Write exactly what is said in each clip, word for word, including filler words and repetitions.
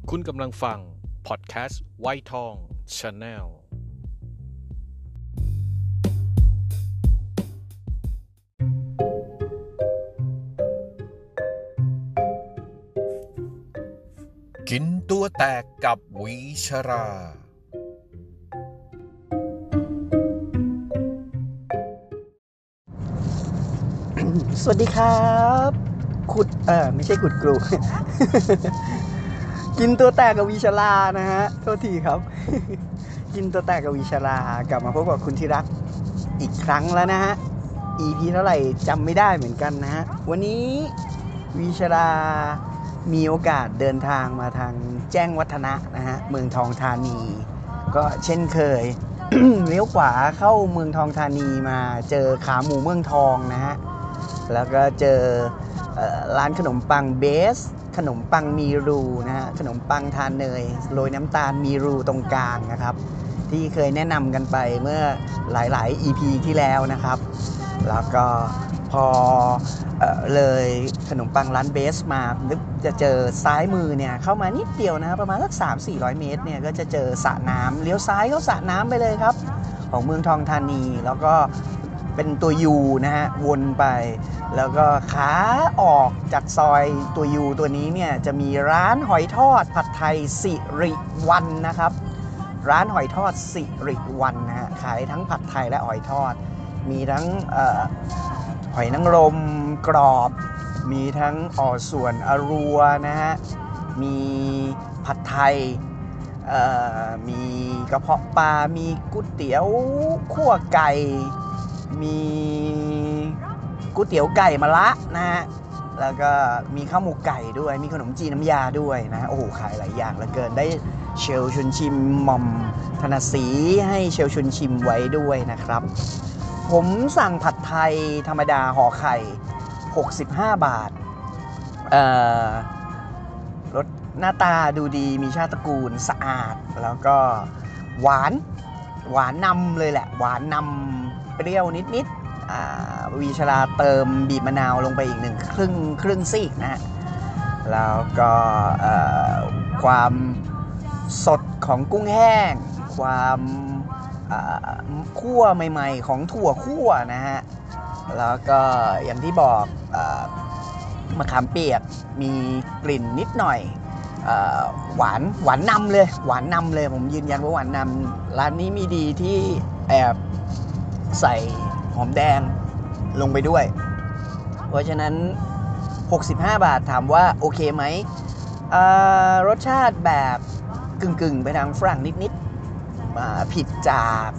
คุณกำลังฟังพอดแคสต์ไวท์ทอง Channel กินตัวแตกกับวีชราสวัสดีครับขุดเออไม่ใช่ขุดกลู กินตัวแตกกับวีชรานะฮะโทษทีครับ กินตัวแตกกับวีชรากลับมาพบกับคุณที่รักอีกครั้งแล้วนะฮะ อี พี เท่าไหร่จำไม่ได้เหมือนกันนะฮะวันนี้วีชรามีโอกาสเดินทางมาทางแจ้งวัฒนะนะฮะเมืองทองธานีก็เช่นเคย เลี้ยวขวาเข้าเมืองทองธานีมาเจอขาหมูเมืองทองนะฮะแล้วก็เจอร้านขนมปังเบสขนมปังมีรูนะฮะขนมปังทานเนยโรยน้ำตาลมีรูตรงกลางนะครับที่เคยแนะนำกันไปเมื่อหลายๆ อี พี ที่แล้วนะครับแล้วก็พอเอ่อเลยขนมปังร้านเบสมานึกจะเจอซ้ายมือเนี่ยเข้ามานิดเดียวนะประมาณสัก สามถึงสี่ร้อย เมตรเนี่ยก็จะเจอสระน้ำเลี้ยวซ้ายเข้าสระน้ำไปเลยครับของเมืองทองธานีแล้วก็เป็นตัวยูนะฮะวนไปแล้วก็ขาออกจากซอยตัวยูตัวนี้เนี่ยจะมีร้านหอยทอดผัดไทยสิริวัลนะครับร้านหอยทอดสิริวัลนะฮะขายทั้งผัดไทยและหอยทอดมีทั้งเอ่อหอยนางรมกรอบมีทั้งอ่อส่วนอรัวนะฮะมีผัดไทยเอ่อมีกระเพาะปลามีก๋วยเตี๋ยวคั่วไก่มีก๋วยเตี๋ยวไก่มะระนะฮะแล้วก็มีข้าวหมกไก่ด้วยมีขนมจีนน้ำยาด้วยนะฮะโอ้โหขายหลายอย่างเหลือเกินได้เชลชวนชิมหม่อมธนศรีให้เชลชวนชิมไว้ด้วยนะครับผมสั่งผัดไทยธรรมดาห่อไข่หกสิบห้าบาทเอ่อรสหน้าตาดูดีมีชาติตระกูลสะอาดแล้วก็หวานหวานนำเลยแหละหวานนำเปรี้ยวนิดๆวีชราเติมบีบมะนาวลงไปอีกหนึ่งครึ่งครึ่งซีกนะฮะแล้วก็ความสดของกุ้งแห้งความคั่วใหม่ๆของถั่วคั่วนะฮะแล้วก็อย่างที่บอกมะขามเปียกมีกลิ่นนิดหน่อยหวานหวานนำเลยหวานนำเลยผมยืนยันว่าหวานนำร้านนี้มีดีที่แอบใส่หอมแดงลงไปด้วยเพราะฉะนั้นหกสิบห้าบาทถามว่าโอเคไหมรสชาติแบบกึ่งๆไปทางฝรั่งนิดๆผิดจาก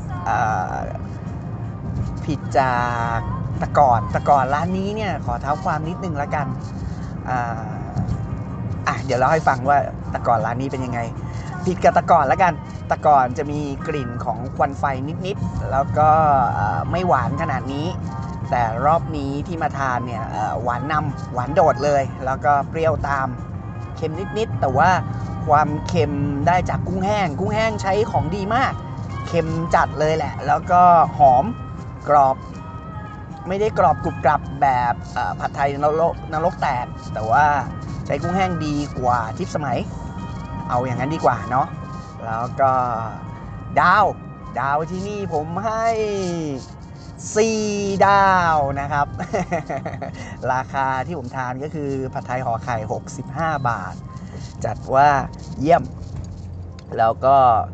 ผิดจากตะก่อนตะก่อนร้านนี้เนี่ยขอเท้าความนิดนึงแล้วกันอ่าอ่ะเดี๋ยวเล่าให้ฟังว่าตะก่อนร้านนี้เป็นยังไงผิดกับตะก่อนแล้วกันตะก่อนจะมีกลิ่นของควันไฟนิดๆแล้วก็ไม่หวานขนาดนี้แต่รอบนี้ที่มาทานเนี่ยหวานนำหวานโดดเลยแล้วก็เปรี้ยวตามเค็มนิดๆแต่ว่าความเค็มได้จากกุ้งแห้งกุ้งแห้งใช้ของดีมากเค็มจัดเลยแหละแล้วก็หอมกรอบไม่ได้กรอบกรุบกรับแบบผัดไทยนรกนรกแตกแต่ว่าใช้กุ้งแห้งดีกว่าทิพย์สมัยเอาอย่างนั้นดีกว่าเนาะแล้วก็ดาวดาวที่นี่ผมให้สี่ดาวนะครับ ราคาที่ผมทานก็คือผัดไทยห่อไข่หกสิบห้าบาทจัดว่าเยี่ยมแล้วก็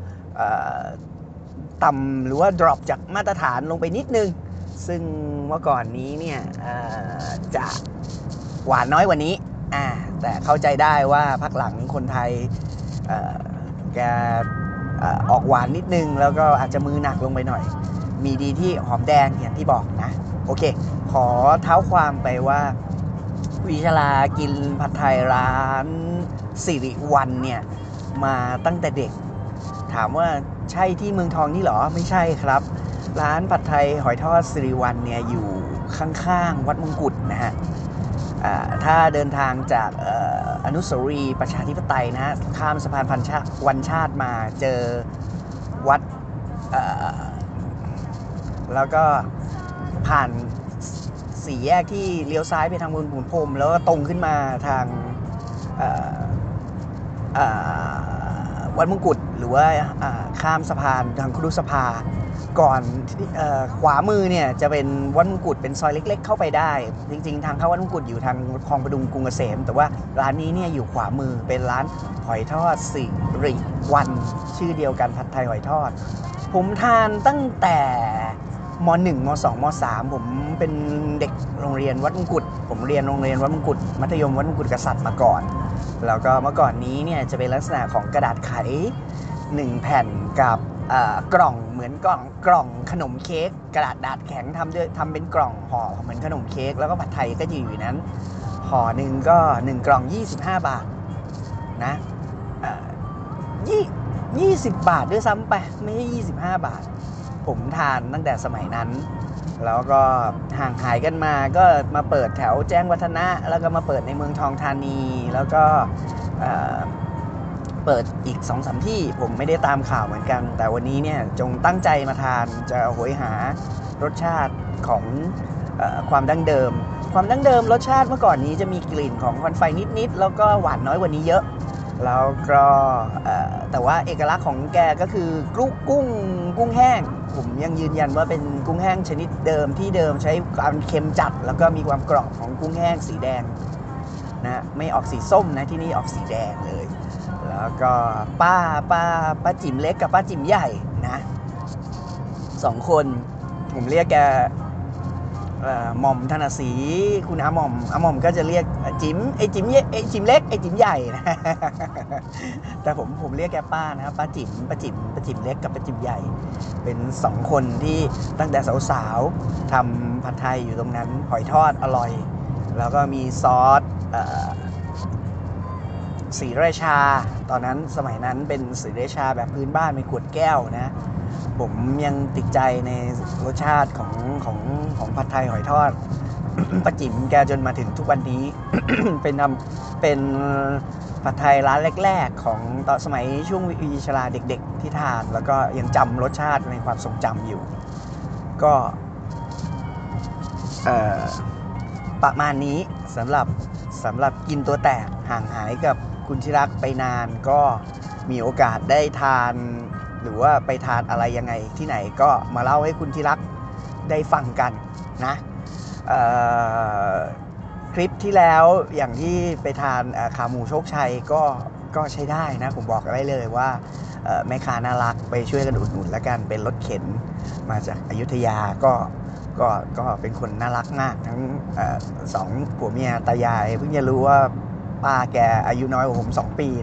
ต่ำหรือว่า drop จากมาตรฐานลงไปนิดนึงซึ่งเมื่อก่อนนี้เนี่ยจะหวานน้อยกว่านี้แต่เข้าใจได้ว่าพักหลังคนไทยแกออกหวานนิดนึงแล้วก็อาจจะมือหนักลงไปหน่อยมีดีที่หอมแดงอย่างที่บอกนะโอเคขอเท้าความไปว่าวิชรากินผัดไทยร้านสิริวัลเนี่ยมาตั้งแต่เด็กถามว่าใช่ที่เมืองทองนี่หรอไม่ใช่ครับร้านผัดไทยหอยทอดสิริวัลเนี่ยอยู่ข้างๆวัดมงกุฎนะฮะถ้าเดินทางจากอนุสาวรีย์ประชาธิปไตยนะฮะข้ามสะพานพันชาวันชาติมาเจอวัดแล้วก็ผ่านสี่แยกที่เลี้ยวซ้ายไปทางบนขุนพรหมแล้วก็ตรงขึ้นมาทางวัดมงกุฎหรือว่าข้ามสะพานทางครุสภาก่อนขวามือเนี่ยจะเป็นวัดมงกุฎเป็นซอยเล็กๆเข้าไปได้จริงๆทางเข้าวัดมงกุฎอยู่ทางคลองประดุงกรุงเกษมแต่ว่าร้านนี้เนี่ยอยู่ขวามือเป็นร้านหอยทอดสิริวันชื่อเดียวกันผัดไทยหอยทอดผมทานตั้งแต่ม.หนึ่ง ม.สอง ม.สาม ผมเป็นเด็กโรงเรียนวัดมงกุฎผมเรียนโรงเรียนวัดมงกุฎมัธยมวัดมงกุฎกษัตริย์มาก่อนแล้วก็เมื่อก่อนนี้เนี่ยจะเป็นลักษณะของกระดาษไขหนึ่งแผ่นกับกล่องเหมือนกล่องกล่องขนมเค้กกระดาษดาษแข็งทำด้วยทำเป็นกล่องห่อเหมือนขนมเค้กแล้วก็ผัดไทยก็อยู่อยู่นั้นห่อหนึ่งก็หนึ่งกล่องยี่สิบห้าบาทนะยี่ยี่สิบบาทด้วยซ้ำไปไม่ใช่ยี่สิบห้าบาทผมทานตั้งแต่สมัยนั้นแล้วก็ห่างหายกันมาก็มาเปิดแถวแจ้งวัฒนะแล้วก็มาเปิดในเมืองทองธานีแล้วก็เปิดอีก สองสาม ที่ผมไม่ได้ตามข่าวเหมือนกันแต่วันนี้เนี่ยจงตั้งใจมาทานจะโหยหารสชาติของเอ่อความดั้งเดิมความดั้งเดิมรสชาติเมื่อก่อนนี้จะมีกลิ่นของควันไฟนิดๆแล้วก็หวานน้อยกว่านี้เยอะแล้วก็แต่ว่าเอกลักษณ์ของแกก็คือกุ้งกุ้งกุ้งแห้งผมยังยืนยันว่าเป็นกุ้งแห้งชนิดเดิมที่เดิมใช้ความเค็มจัดแล้วก็มีความกรอบของกุ้งแห้งสีแดงนะไม่ออกสีส้มนะที่นี่ออกสีแดงเลยแล้วก็ป้าป้าป้าจิ๋มเล็กกับป้าจิ๋มใหญ่นะสองคนผมเรียกแกหม่อมธนศรีคุณอาหม่อมอาหม่อมก็จะเรียกจิ๋มไอ้จิ๋มไอ้จิ๋มเล็กไอ้จิ๋มใหญ่นะแต่ผมผมเรียกแกป้านะครับป้าจิ๋มป้าจิ๋มป้าจิ๋มเล็กกับป้าจิ๋มใหญ่เป็นสองคนที่ตั้งแต่สาวๆทำผัดไทยอยู่ตรงนั้นหอยทอดอร่อยแล้วก็มีซอสศรีราชาตอนนั้นสมัยนั้นเป็นศรีราชาแบบพื้นบ้านเป็นขวดแก้วนะผมยังติดใจในรสชาติของของของผัดไทยหอยทอด ป้าจิ๋มแกจนมาถึงทุกวันนี้ เป็นทำเป็นผัดไทยร้านแรกๆของตอนสมัยช่วงวิชราเด็กๆที่ทานแล้วก็ยังจำรสชาติในความทรงจำอยู่ก็ประมาณนี้สำหรับสำหรับกินตัวแตกห่างหายกับคุณที่รักไปนานก็มีโอกาสได้ทานหรือว่าไปทานอะไรยังไงที่ไหนก็มาเล่าให้คุณที่รักได้ฟังกันนะคลิปที่แล้วอย่างที่ไปทานขาหมูโชคชัยก็ก็ใช้ได้นะผมบอกได้เลยว่าแม่ค้าน่ารักไปช่วยกันอุดหนุนแล้วกันเป็นรถเข็นมาจากอยุธยาก็ก็ก็เป็นคนน่ารักมากทั้งสองผัวเมียตายายเพิ่งจะรู้ว่าป้าแกอายุน้อยกว่าผมสองปี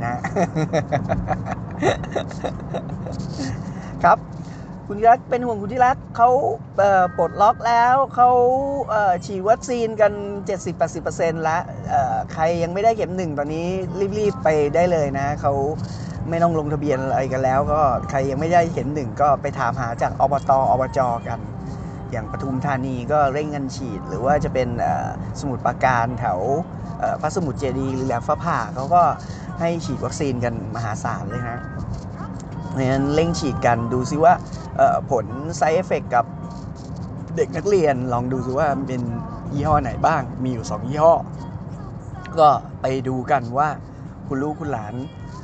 นะครับคุณที่รักเป็นห่วงคุณที่รักเขาปลดล็อกแล้วเขาฉีดวัคซีนกัน เจ็ดสิบถึงแปดสิบเปอร์เซ็นต์ แล้วใครยังไม่ได้เข็มหนึ่งตอนนี้รีบๆไปได้เลยนะเขาไม่ต้องลงทะเบียนอะไรกันแล้วก็ใครยังไม่ได้เข็มหนึ่งก็ไปถามหาจากอบต.อบจ.กันอย่างปทุมธานีก็เร่งกันฉีดหรือว่าจะเป็นสมุทรปราการแถวพระสมุทรเจดีย์หรือแหลมฟ้าผ่าเขาก็ให้ฉีดวัคซีนกันมหาศาลเลยนะเพราะฉะนั้นเร่งฉีดกันดูซิว่าผล side effect กับเด็กนักเรียนลองดูซิว่ามันเป็นยี่ห้อไหนบ้างมีอยู่สองยี่ห้อก็ไปดูกันว่าคุณลูกคุณหลาน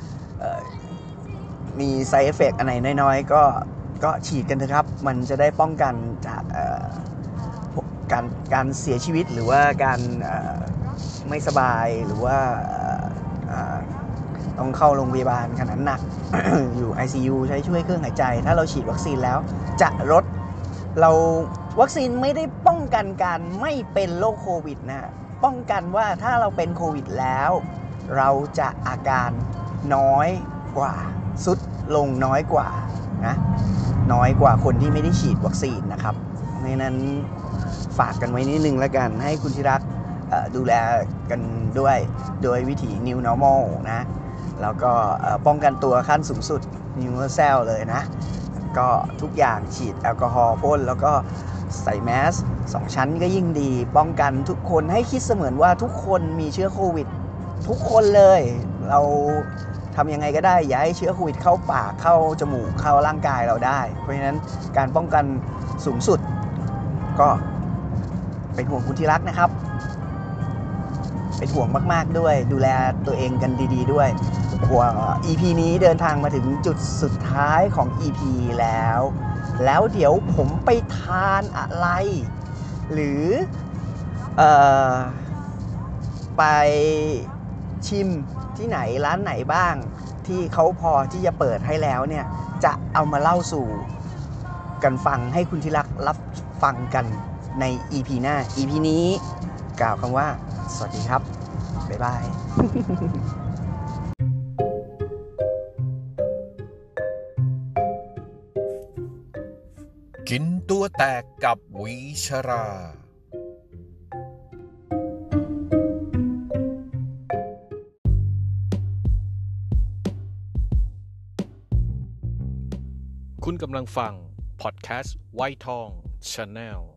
มี side effect อันไหนน้อยๆก็ก็ฉีดกันเถอะครับมันจะได้ป้องกันจากการการเสียชีวิตหรือว่าการไม่สบายหรือว่าต้องเข้าโรงพยาบาลขนาดหนัก อยู่ ไอ ซี ยู ใช้ช่วยเครื่องหายใจถ้าเราฉีดวัคซีนแล้วจะลดเราวัคซีนไม่ได้ป้องกันการไม่เป็นโรคโควิดนะป้องกันว่าถ้าเราเป็นโควิดแล้วเราจะอาการน้อยกว่าสุดลงน้อยกว่านะน้อยกว่าคนที่ไม่ได้ฉีดวัคซีนนะครับเพราะฉะนั้นฝากกันไว้นิดนึงแล้วกันให้คุณที่รักดูแลกันด้วยโดยวิถี New Normal นะแล้วก็ป้องกันตัวขั้นสูงสุด Universal เลยนะก็ทุกอย่างฉีดแอลกอฮอล์พ่นแล้วก็ใส่แมสสองชั้นก็ยิ่งดีป้องกันทุกคนให้คิดเสมือนว่าทุกคนมีเชื้อโควิดทุกคนเลยเราทำยังไงก็ได้อย่าให้เชื้อโควิดเข้าปากเข้าจมูกเข้าร่างกายเราได้เพราะฉะนั้นการป้องกันสูงสุดก็เป็นห่วงคุณที่รักนะครับเป็นห่วงมากๆด้วยดูแลตัวเองกันดีๆด้วยว่า อี พี นี้เดินทางมาถึงจุดสุดท้ายของ อี พี แล้วแล้วเดี๋ยวผมไปทานอะไรหรือเอ่อไปชิมที่ไหนร้านไหนบ้างที่เขาพอที่จะเปิดให้แล้วเนี่ยจะเอามาเล่าสู่กันฟังให้คุณที่รักรับฟังกันใน อี พี หน้า อี พี นี้กล่าวคำว่าสวัสดีครับบ๊ายบายกินตัวแตกกับหวีชราคุณกำลังฟังพอดแคสต์ไวท์ทอง Channel